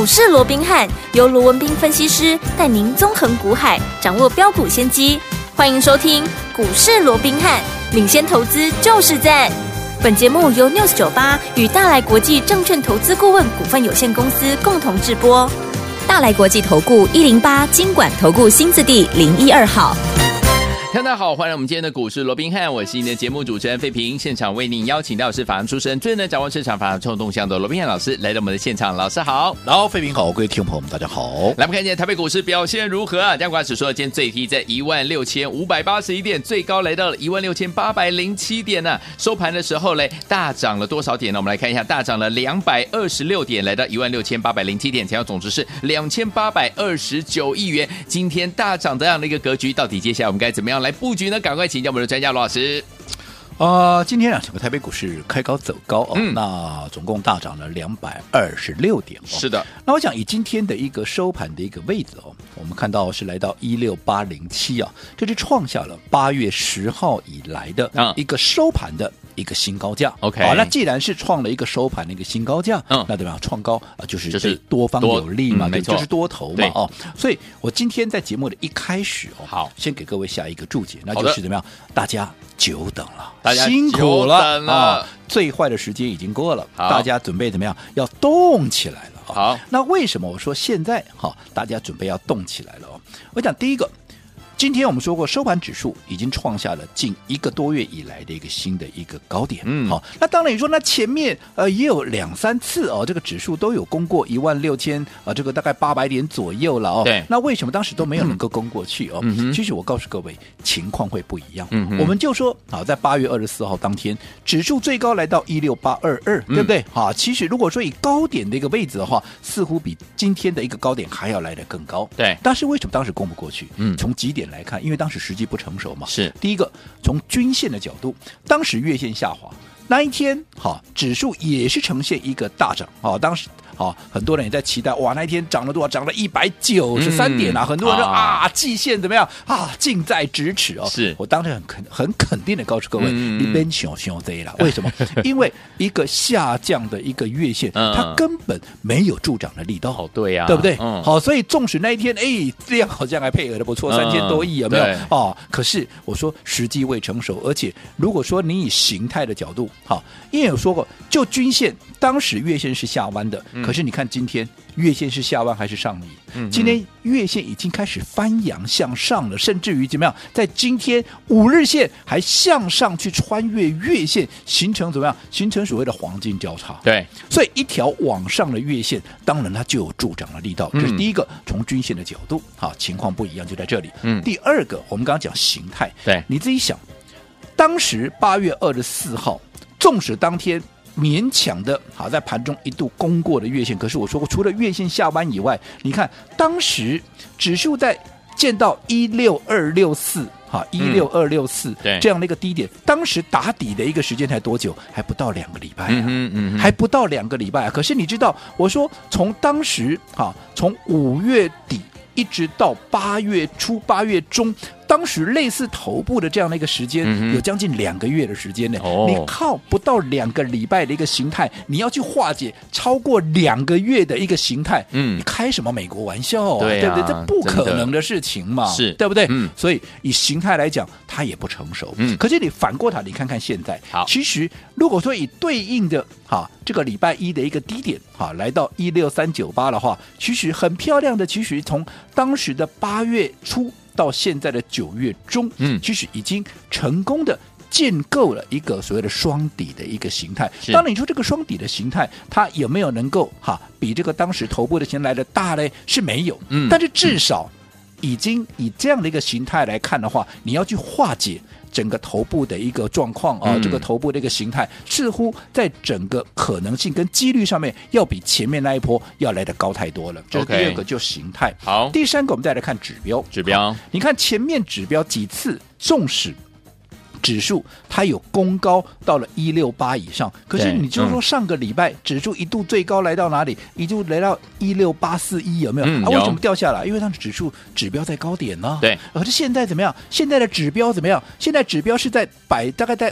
市罗宾汉由罗文彬分析师带您纵横股海，掌握标股先机。欢迎收听股市罗宾汉，领先投资就是赞。本节目由 News98 与大来国际证券投资顾问股份有限公司共同制播。大来国际投顾108金管投顾新字第012号。 大家好，欢迎我们今天的股市罗宾汉，我是您的节目主持人费平。现场为您邀请到的是法案出身、最能掌握市场法案冲动向的罗宾汉老师来到我们的现场。老师好。 然后费平好，各位听众朋友们大家好。 来，我们看一下台北股市表现如何啊？加权指数今天最低在16581点，最高来到了16807点呢、收盘的时候嘞，大涨了多少点呢？我们来看一下，大涨了226点，来到16807点，成交总值是2829亿元。今天大涨这样的一个格局，到底接下来我们该怎么样来布局呢？赶快请教我们的专家罗老师。 今天整个台北股市开高走高哦，那总共大涨了226点哦。 是的， 那我想以今天的一个收盘的一个位置哦，我们看到是来到16807啊，这是创下了8月10号以来的一个收盘的一个新高价。 OK， 好，那既然是创了一个收盘的一个新高价，那对吧？创高就是对多方有利嘛， 没错， 就是多头嘛哦。所以我今天在节目的一开始哦， 好， 先给各位下一个注解，那就是怎么样？大家久等了。 大家辛苦了啊！ 最坏的时间已经过了，大家准备怎么样？要动起来了。 好， 那为什么我说现在大家准备要动起来了？我讲第一个，今天我们说过，收盘指数已经创下了近1个多月以来的一个新的一个高点。好，那当然你说那前面也有2-3次哦，这个指数都有攻过16000这个大概800点左右了哦。 对， 那为什么当时都没有能够攻过去哦？其实我告诉各位，情况会不一样。我们就说在8月24号当天，指数最高来到16822，对不对？其实如果说以高点的一个位置的话，似乎比今天的一个高点还要来得更高。 对， 但是为什么当时攻不过去？从几点来看，因为当时时机不成熟嘛。 是第一个，从均线的角度，当时月线下滑那一天，指数也是呈现一个大涨。当时很多人也在期待，哇，那一天涨了多少？涨了193点啊！很多人说季线怎么样近在咫尺哦。 是我当时很肯定的告诉各位，你别想这啦。为什么？因为一个下降的一个月线，它根本没有助涨的力道。 对呀， 对不对？好，所以纵使那一天，量好像还配合的不错，3000多亿有没有？可是我说时机未成熟，而且如果说你以形态的角度，因为有说过，就均线当时月线是下弯的。可是你看今天月线是下弯还是上移？今天月线已经开始翻扬向上了，甚至于怎么样？在今天5日线还向上去穿越月线，形成怎么样？形成所谓的黄金交叉。 对， 所以一条往上的月线，当然它就有助涨的力道。这是第一个，从均线的角度，情况不一样就在这里。第二个，我们刚刚讲形态， 对， 你自己想，当时8月24号，纵使当天勉强的在盘中一度攻过的月线，可是我说过，除了月线下弯以外，你看当时指数在见到16264。16264这样的一个低点，当时打底的一个时间才多久？还不到2个礼拜还不到2个礼拜啊！可是你知道，我说从当时从5月底一直到8月初、8月中，当时类似头部的这样的一个时间，有将近2个月的时间呢。你靠不到2个礼拜的一个形态，你要去化解超过2个月的一个形态，你开什么美国玩笑啊？对不对？这不可能的事情嘛， 是对不对？所以以形态来讲，它也不成熟。可是你反过头，你看看现在，其实如果说以对应的这个礼拜一的一个低点来到16398的话，其实很漂亮的，其实从当时的8月初到现在的9月中，其实已经成功的建构了一个所谓的双底的一个形态。当然你说这个双底的形态，它有没有能够比这个当时头部的形态来的大呢？是没有，但是至少已经以这样的一个形态来看的话，你要去化解整个头部的一个状况这个头部的一个形态似乎在整个可能性跟几率上面要比前面那一波要来得高太多了。这是第二个，就形态。 好， 第三个我们再来看指标。你看前面指标几次纵使指数它有攻高到了168以上，可是你就说上个礼拜指数一度最高来到哪里？一度来到16841，有没有？为什么掉下来？因为它的指标在高点呢。 对， 可是现在怎么样？现在的指标怎么样？现在指标是在大概在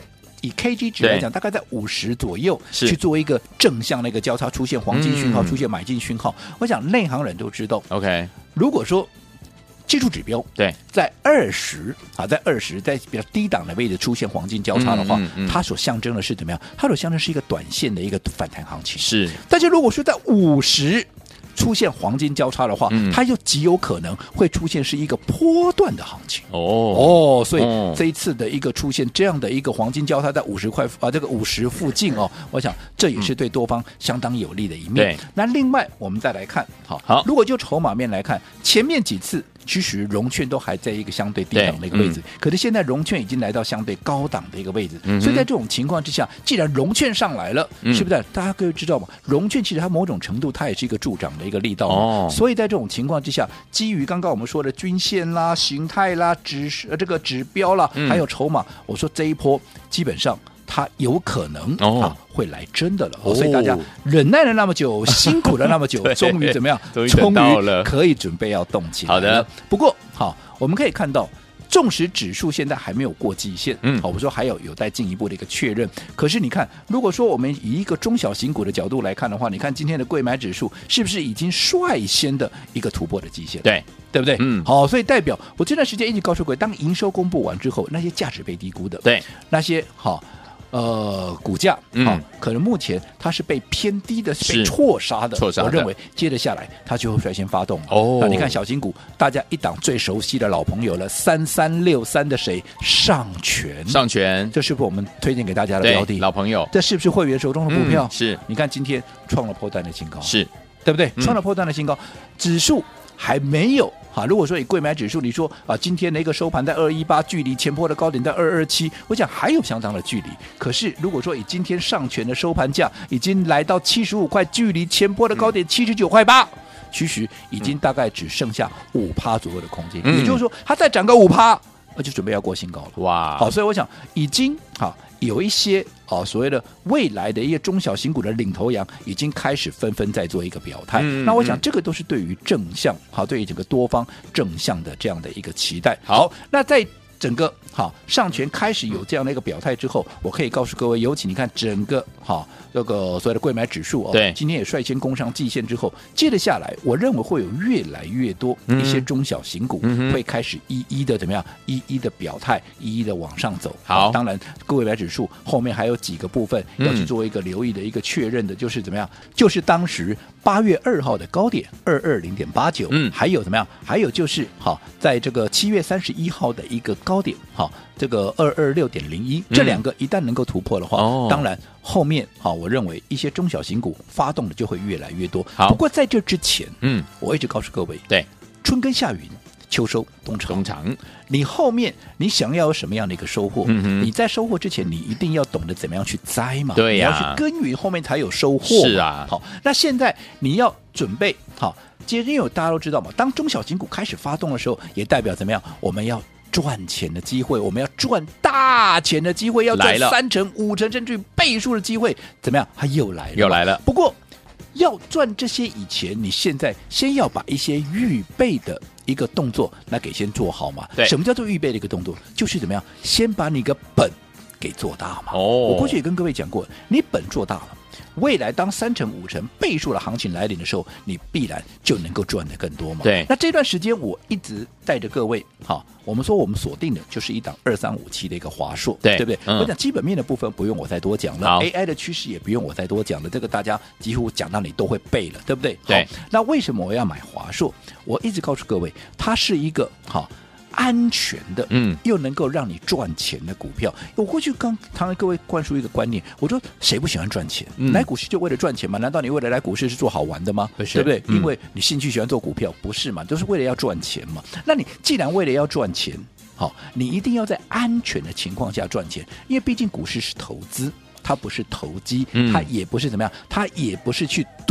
以 KG 值来讲，大概在50左右去做一个正向的一个交叉，出现黄金讯号，出现买进讯号。我想内行人都知道 ，OK， 如果说技术指标对在20啊，在比较低档的位置出现黄金交叉的话，它所象征的是怎么样？它所象征是一个短线的一个反弹行情。 是， 但是如果说在50出现黄金交叉的话，它又极有可能会出现是一个波段的行情。所以这一次的一个出现这样的一个黄金交叉在50块这个50附近我想这也是对多方相当有利的一面。那另外我们再来看，好，如果就筹码面来看，前面几次其实融券都还在一个相对低档的一个位置，可是现在融券已经来到相对高档的一个位置，所以在这种情况之下，既然融券上来了，是不是大家各位知道吗？融券其实它某种程度它也是一个助涨的一个力道所以在这种情况之下，基于刚刚我们说的均线啦、形态啦、这个指标啦，还有筹码，我说这一波基本上它有可能会来真的了所以大家忍耐了那么久，辛苦了那么久，终于怎么样？终于可以准备要动起来了。好的，不过好，我们可以看到，纵使指数现在还没有过季线，我们说还有待进一步的一个确认。可是你看，如果说我们以一个中小型股的角度来看的话，你看今天的柜买指数是不是已经率先的一个突破的季线？对不对？好，所以代表我这段时间一直告诉各位，当营收公布完之后，那些价值被低估的，那些股价可能目前它是被偏低的，是被错杀的。我认为接着下来它就会率先发动那你看小型股，大家一档最熟悉的老朋友了，3363的谁？上权，这是不是我们推荐给大家的标的？老朋友，这是不是会员手中的股票？是。你看今天创了波段的新高，是对不对？创了波段的新高，指数还没有如果说以柜买指数，你说今天的一个收盘在218，距离前波的高点在227，我想还有相当的距离。可是如果说以今天上权的收盘价已经来到75块，距离前波的高点79块8，其实已经大概只剩下5%左右的空间，也就是说它再涨个5%，那就准备要过新高了。哇！好，所以我想已经有一些所谓的未来的一些中小型股的领头羊已经开始纷纷在做一个表态。那我想这个都是对于正向对于整个多方正向的这样的一个期待。好，那在整个上权开始有这样的一个表态之后，我可以告诉各位，尤其你看整个这个所谓的柜买指数今天也率先攻上季线之后，接着下来，我认为会有越来越多一些中小型股会开始一一的怎么样，一一的表态，一一的往上走。好，当然柜买指数后面还有几个部分要去做一个留意的一个确认的，就是怎么样，就是当时8月2号的高点220.89，还有怎么样，还有就是在这个7月31号的一个高点这个226.01，这两个一旦能够突破的话，当然后面我认为一些中小型股发动的就会越来越多。不过在这之前，我一直告诉各位，对，春耕夏耘，秋收冬藏。你后面你想要有什么样的一个收获，你在收获之前，你一定要懂得怎么样去栽嘛，对呀，你要去耕耘，后面才有收获。是啊，好，那现在你要准备好，因为大家都知道嘛，当中小型股开始发动的时候，也代表怎么样？我们要赚钱的机会，我们要赚大钱的机会，要赚3成、5成甚至倍数的机会，怎么样？它又来了。不过要赚这些以前，你现在先要把一些预备的一个动作那给先做好嘛。什么叫做预备的一个动作？就是怎么样，先把你的本给做大嘛。我过去也跟各位讲过，你本做大了，未来当3成、5成倍数的行情来临的时候，你必然就能够赚得更多嘛。对，那这段时间我一直带着各位，我们说我们锁定的就是一档2357的一个华硕，对不对？我讲基本面的部分不用我再多讲了 ，AI 的趋势也不用我再多讲了，这个大家几乎讲到你都会背了，对不对？对。那为什么我要买华硕？我一直告诉各位，它是一个安全的，又能够让你赚钱的股票。我过去常常各位灌输一个观念，我说谁不喜欢赚钱？来股市就为了赚钱吗？难道你为了来股市是做好玩的吗？对不对？因为你兴趣喜欢做股票，不是嘛？都是为了要赚钱嘛。那你既然为了要赚钱，你一定要在安全的情况下赚钱，因为毕竟股市是投资，它不是投机，它也不是怎么样，它也不是去赌。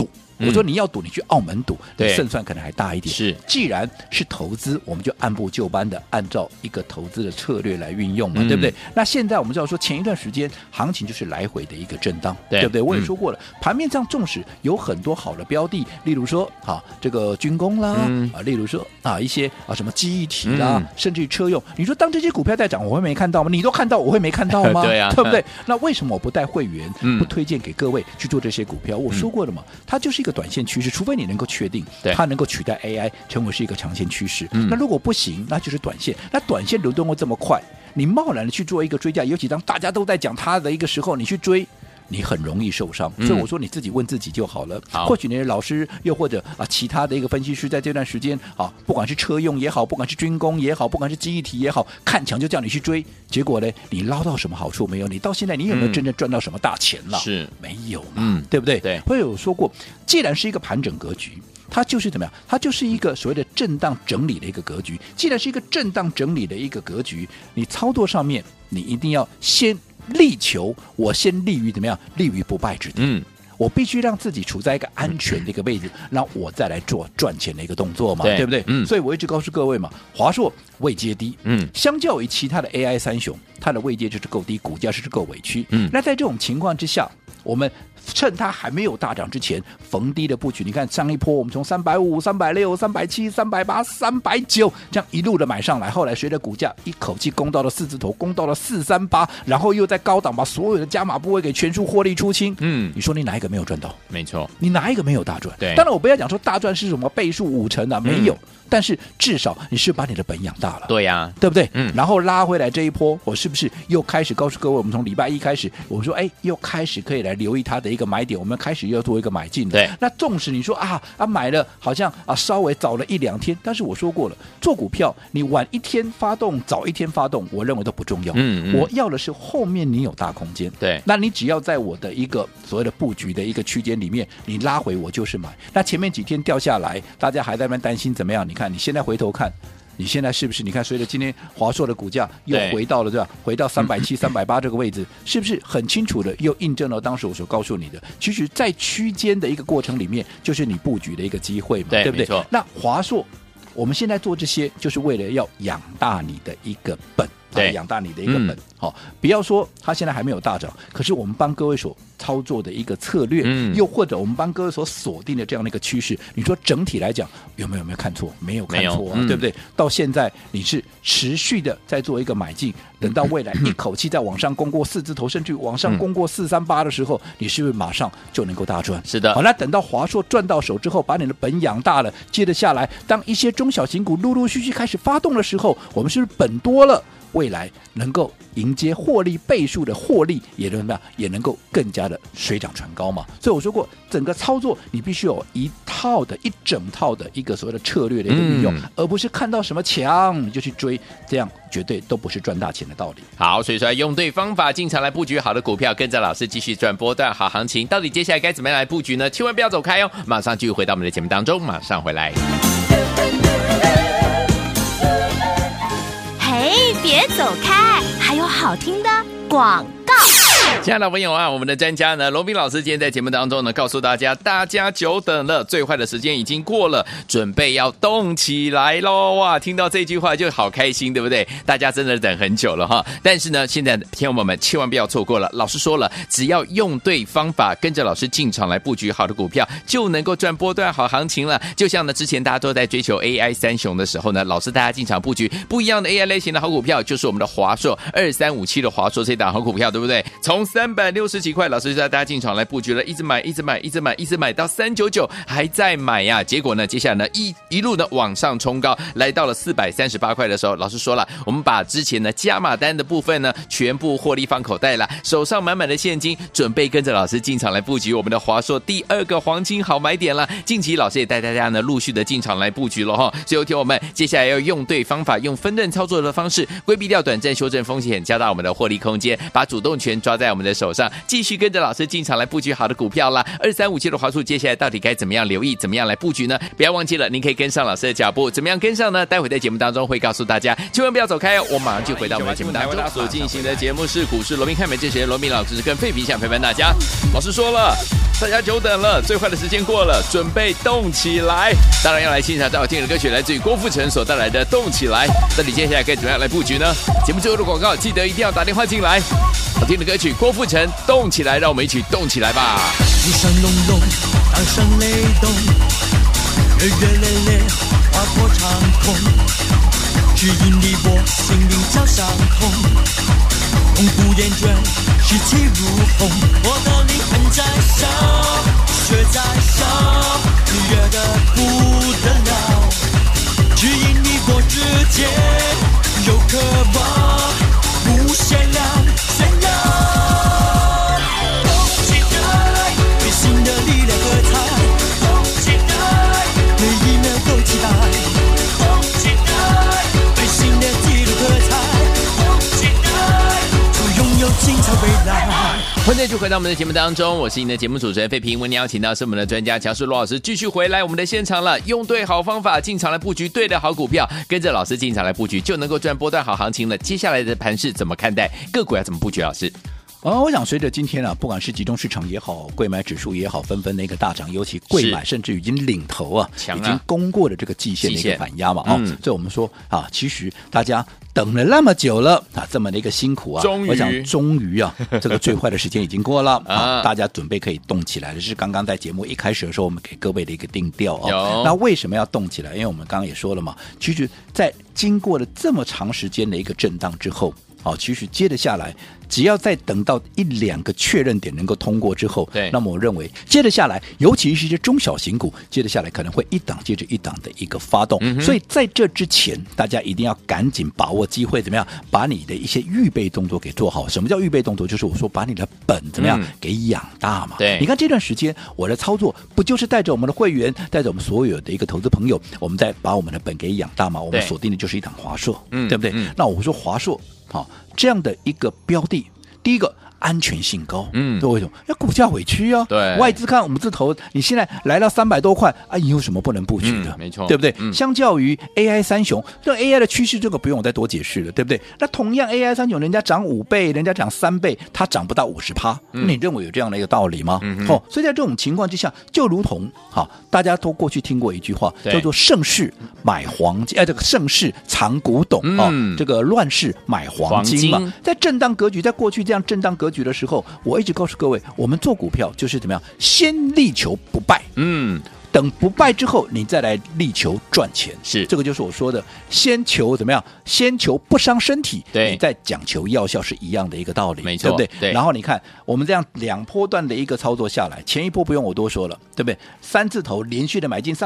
我说你要赌，你去澳门赌，你对胜算可能还大一点。 是， 既然是投资，我们就按部就班的按照一个投资的策略来运用嘛，对不对？那现在我们知道说前一段时间行情就是来回的一个震荡，对不对？我也说过了，盘面上纵使有很多好的标的，例如说这个军工啦，例如说一些什么记忆体啦，甚至于车用，你说当这些股票在涨，我会没看到吗？你都看到，我会没看到吗？ 对啊， 对不对？那为什么我不带会员，不推荐给各位去做这些股票？我说过了嘛，它就是一个短线趋势，除非你能够确定它能够取代 AI 成为是一个长线趋势。那如果不行，那就是短线。那短线流动会这么快，你贸然的去做一个追价，尤其当大家都在讲它的一个时候，你去追，你很容易受伤。所以我说你自己问自己就好了。或许你的老师又或者其他的一个分析师在这段时间不管是车用也好，不管是军工也好，不管是记忆体也好，看强就叫你去追，结果呢你捞到什么好处没有？你到现在你有没有真正赚到什么大钱了？ 是没有嘛，对不对？对。会有说过，既然是一个盘整格局，它就是怎么样？它就是一个所谓的震荡整理的一个格局。既然是一个震荡整理的一个格局，你操作上面你一定要先力求，我先立于怎么样？立于不败之地。我必须让自己处在一个安全的一个位置，然后我再来做赚钱的一个动作嘛，对不对？所以我一直告诉各位嘛，华硕位阶低，相较于其他的 AI 三雄，它的位阶就是够低，股价是够委屈。那在这种情况之下，我们趁它还没有大涨之前逢低的布局。你看上一波我们从350、360、370、380、390这样一路的买上来，后来随着股价一口气攻到了4字头，攻到了438，然后又在高档把所有的加码部位给全数获利出清。你说你哪一个没有赚到？ 没错， 你哪一个没有大赚？ 对， 当然我不要讲说大赚是什么倍数5成啊，没有。但是至少你是把你的本养大了， 对呀， 对不对？然后拉回来这一波，我是不是又开始告诉各位，我们从礼拜一开始，我们说，又开始可以来留意它的一个买点，我们开始又做一个买进了。 对， 那纵使你说买了，好像稍微早了1-2天，但是我说过了，做股票你晚一天发动，早一天发动，我认为都不重要。我要的是后面你有大空间。 对， 那你只要在我的一个所谓的布局的一个区间里面，你拉回我就是买。那前面几天掉下来，大家还在那边担心怎么样？你看你现在回头看，你现在是不是？你看随着今天华硕的股价又回到了对吧？回到370、380这个位置，是不是很清楚的又印证了当时我所告诉你的？其实，在区间的一个过程里面，就是你布局的一个机会嘛，对不对？那华硕，我们现在做这些，就是为了要养大你的一个本。养大你的一个本，不要说它现在还没有大涨，可是我们帮各位所操作的一个策略，又或者我们帮各位所锁定的这样的一个趋势，你说整体来讲有没有看错？没有看错啊，对不对？到现在你是持续的在做一个买进，等到未来一口气再往上攻过4字头，甚至往上攻过438的时候，你是不是马上就能够大赚？ 是的。 好，那等到华硕赚到手之后，把你的本养大了，接着下来，当一些中小型股陆陆续续开始发动的时候，我们是不是本多了？未来能够迎接获利倍数的获利，也能够更加的水涨船高嘛。所以我说过，整个操作你必须有一整套的一个所谓的策略的一个运用，而不是看到什么强你就去追，这样绝对都不是赚大钱的道理。 好，所以说用对方法进场来布局好的股票，跟着老师继续赚波段好行情。到底接下来该怎么样来布局呢？千万不要走开哦，马上继续回到我们的节目当中，马上回来。 别走开，还有好听的广告。 亲爱的朋友啊，我们的专家呢，罗宾老师今天在节目当中呢，告诉大家，大家久等了，最坏的时间已经过了，准备要动起来咯。哇，听到这句话就好开心，对不对？大家真的等很久了哈。但是呢，现在听众朋友们千万不要错过了，老师说了，只要用对方法，跟着老师进场来布局好的股票，就能够赚波段好行情了。就像呢，之前大家都在追求 AI 三雄的时候呢，老师大家进场布局不一样的 AI 类型的好股票，就是我们的华硕2357的华硕这档好股票，对不对？从360几块，老师带大家进场来布局了，一直买到399，还在买呀。结果呢，接下来呢一路呢往上冲高，来到了438块的时候，老师说了，我们把之前的加码单的部分呢全部获利放口袋了，手上满满的现金，准备跟着老师进场来布局我们的华硕第2个黄金好买点了。近期老师也带大家呢陆续的进场来布局了哈。所以有听我们接下来要用对方法，用分段操作的方式，规避掉短暂修正风险，加大我们的获利空间，把主动权抓在我们的手上，继续跟着老师进场来布局好的股票啦。2357的华硕接下来到底该怎么样留意，怎么样来布局呢？不要忘记了，您可以跟上老师的脚步，怎么样跟上呢？待会在节目当中会告诉大家，千万不要走开哦，我马上就回到我们的节目当中。所进行的节目是股市罗宾汉美，这时罗宾老师跟费平想陪伴大家。老师说了，大家久等了，最坏的时间过了，准备动起来。当然要来欣赏最好听的歌曲，来自于郭富城所带来的《动起来》。到底接下来该怎么样来布局呢？节目最后的广告，记得一定要打电话进来。好听的歌曲，郭富城《动起来》，让我们一起动起来吧。 雨声隆隆，当声雷动，热热烈烈，划破长空，指引你我心灵交相通，痛不厌倦，士气如虹，我的灵魂在烧，血在烧，你热得不得了，指引你我之间有渴望，无限量炫耀。新的力量喝彩，动起来，每一秒都期待，动起来，为新的纪录喝彩，动起来，就拥有精彩未来。 欢迎继续回到我们的节目当中，我是您的节目主持人费平。为您邀请到是我们的专家乔世罗老师，继续回来我们的现场了。用对好方法进场来布局对的好股票，跟着老师进场来布局，就能够赚波段好行情了。接下来的盘势怎么看待？个股要怎么布局？老师？ 我想随着今天不管是集中市场也好，柜买指数也好，纷纷的一个大涨，尤其柜买甚至已经领头已经攻过了这个季线的一个反压嘛所以我们说其实大家等了那么久了这么的一个辛苦我想终于这个最坏的时间已经过了大家准备可以动起来了。是刚刚在节目一开始的时候，我们给各位的一个定调那为什么要动起来？因为我们刚刚也说了嘛，其实在经过了这么长时间的一个震荡之后其实接着下来，只要再等到1-2个确认点能够通过之后，那么我认为接着下来，尤其是一些中小型股，接着下来可能会一档接着一档的一个发动。所以在这之前，大家一定要赶紧把握机会，怎么样把你的一些预备动作给做好？什么叫预备动作？就是我说把你的本怎么样给养大嘛。 对， 你看这段时间我的操作，不就是带着我们的会员，带着我们所有的一个投资朋友，我们再把我们的本给养大嘛？我们锁定的就是一档华硕，对不对？那我说华硕。这样的一个标的，第一个安全性高，对，为什么？要股价委屈对， 外资看我们这头，你现在来到300多块你有什么不能布局的？ 没错， 对不对？相较于 AI 三雄，这 AI 的趋势，这个不用我再多解释了，对不对？那同样 AI 三雄，人家涨5倍，人家涨3倍，它涨不到50%，你认为有这样的一个道理吗？所以在这种情况之下，就如同大家都过去听过一句话，叫做盛世买黄金，这个盛世藏古董这个乱世买黄金嘛。在震荡格局，在过去这样震荡格局的时候，我一直告诉各位，我们做股票就是怎么样，先力求不败，等不败之后，你再来力求赚钱。 是， 这个就是我说的，先求怎么样？先求不伤身体， 对， 你再讲求药效是一样的一个道理， 没错， 对不对？ 对。 然后你看，我们这样2波段的一个操作下来，前一波不用我多说了，对不对？3字头连续的买进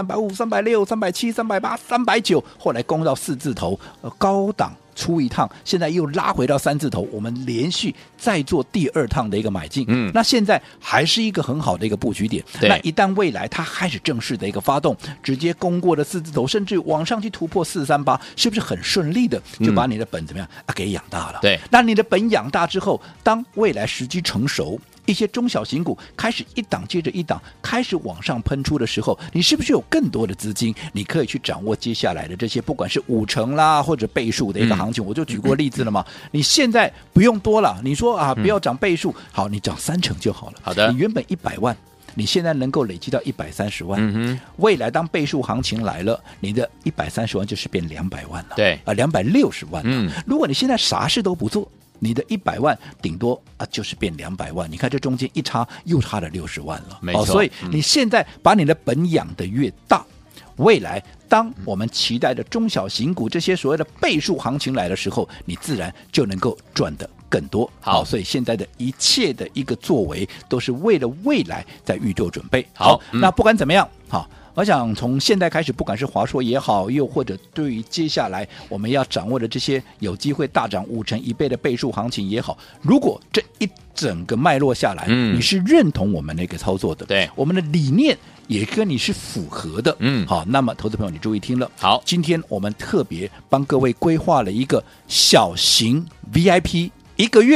350、360、370、380、390，后来攻到4字头，高档。出一趟，现在又拉回到3字头，我们连续再做第2趟的一个买进，那现在还是一个很好的一个布局点。那一旦未来它开始正式的一个发动，直接攻过了4字头，甚至往上去突破438，是不是很顺利的就把你的本怎么样给养大了？ 对， 那你的本养大之后，当未来时机成熟，一些中小型股开始一档接着一档开始往上喷出的时候，你是不是有更多的资金，你可以去掌握接下来的这些不管是5成啦或者倍数的一个行情？我就举过例子了嘛，你现在不用多了，你说不要涨倍数，好，你涨3成就好了。 好的， 你原本100万，你现在能够累积到130万，未来当倍数行情来了，你的130万就是变200万了， 对 260万了。如果你现在啥事都不做，你的100万顶多就是变200万，你看这中间一差又差了60万了， 没错。 所以你现在把你的本养得越大，未来当我们期待的中小型股这些所谓的倍数行情来的时候，你自然就能够赚得更多。好，所以现在的一切的一个作为都是为了未来在预做准备。好，那不管怎么样，好，我想从现在开始，不管是华硕也好，又或者对于接下来我们要掌握的这些有机会大涨5成1倍的倍数行情也好，如果这一整个脉络下来，你是认同我们那个操作的， 对， 我们的理念也跟你是符合的，好，那么投资朋友你注意听了， 好， 今天我们特别帮各位规划了一个小型 VIP 1个月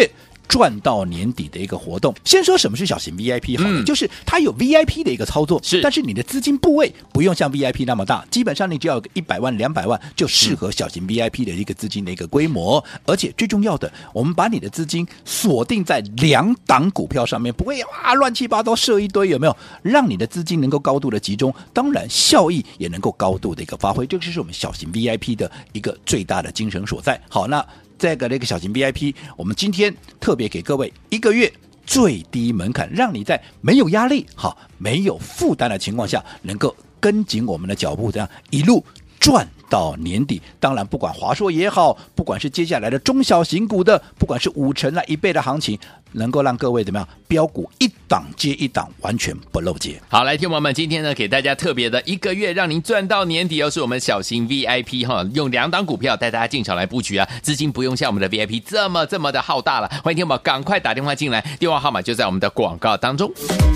赚到年底的一个活动。先说什么是小型 VIP 好了，就是它有 VIP 的一个操作，但是你的资金部位不用像 VIP 那么大，基本上你只要有100万200万就适合小型 VIP 的一个资金的一个规模。而且最重要的，我们把你的资金锁定在2档股票上面，不会乱七八糟设一堆，有没有？让你的资金能够高度的集中，当然效益也能够高度的一个发挥，这就是我们小型 VIP 的一个最大的精神所在。好，那这个小型 VIP， 我们今天特别给各位1个月最低门槛，让你在没有压力、没有负担的情况下，能够跟紧我们的脚步，这样一路赚到年底。当然不管华硕也好，不管是接下来的中小型股的，不管是5成1倍的行情，能够让各位怎么样标股一档接一档，完全不漏接。 好，来听众朋友们，今天呢给大家特别的1个月让您赚到年底，是我们小型 VIP 用2档股票带大家进场来布局啊，资金不用像我们的 VIP 这么的浩大了。欢迎听众朋友赶快打电话进来，电话号码就在我们的广告当中。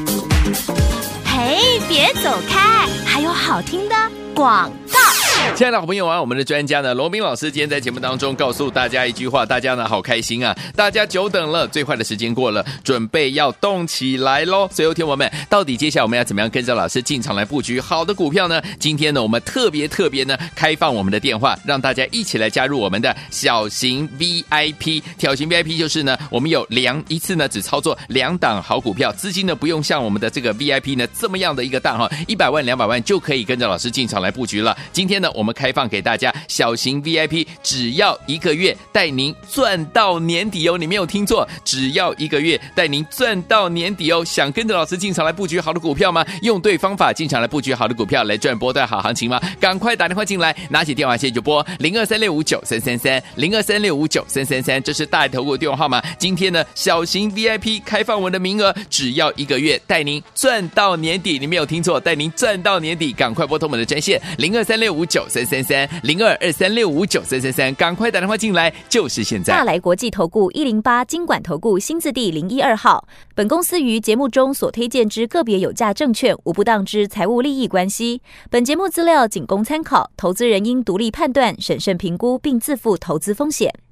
嘿，别走开，还有好听的广告。 亲爱的好朋友啊，我们的专家呢罗宾老师今天在节目当中告诉大家一句话，大家呢好开心啊，大家久等了，最坏的时间过了，准备要动起来咯。所以听我们到底接下来我们要怎么样跟着老师进场来布局好的股票呢？今天呢我们特别呢开放我们的电话，让大家一起来加入我们的小型 VIP。 小型 VIP 就是呢我们有一次呢只操作2档好股票，资金呢不用像我们的这个 VIP 呢这么样的一个大100万200万就可以跟着老师进场来布局了。今天呢我们开放给大家小型 VIP， 只要1个月带您赚到年底哦，你没有听错，只要1个月带您赚到年底哦。想跟着老师进场来布局好的股票吗？用对方法进场来布局好的股票，来赚波段好行情吗？赶快打电话进来，拿起电话线就拨0236593333 0236593333，这是大投顾的电话号码。今天呢小型 VIP 开放我的名额，只要1个月带您赚到年底，你没有听错，带您赚到年底，赶快拨通我们的专线0236593333 0223659333，赶快打电话进来，就是现在。 大来国际投顾108金管投顾新字第012号。本公司于节目中所推荐之个别有价证券，无不当之财务利益关系。本节目资料仅供参考，投资人应独立判断、审慎评估，并自负投资风险。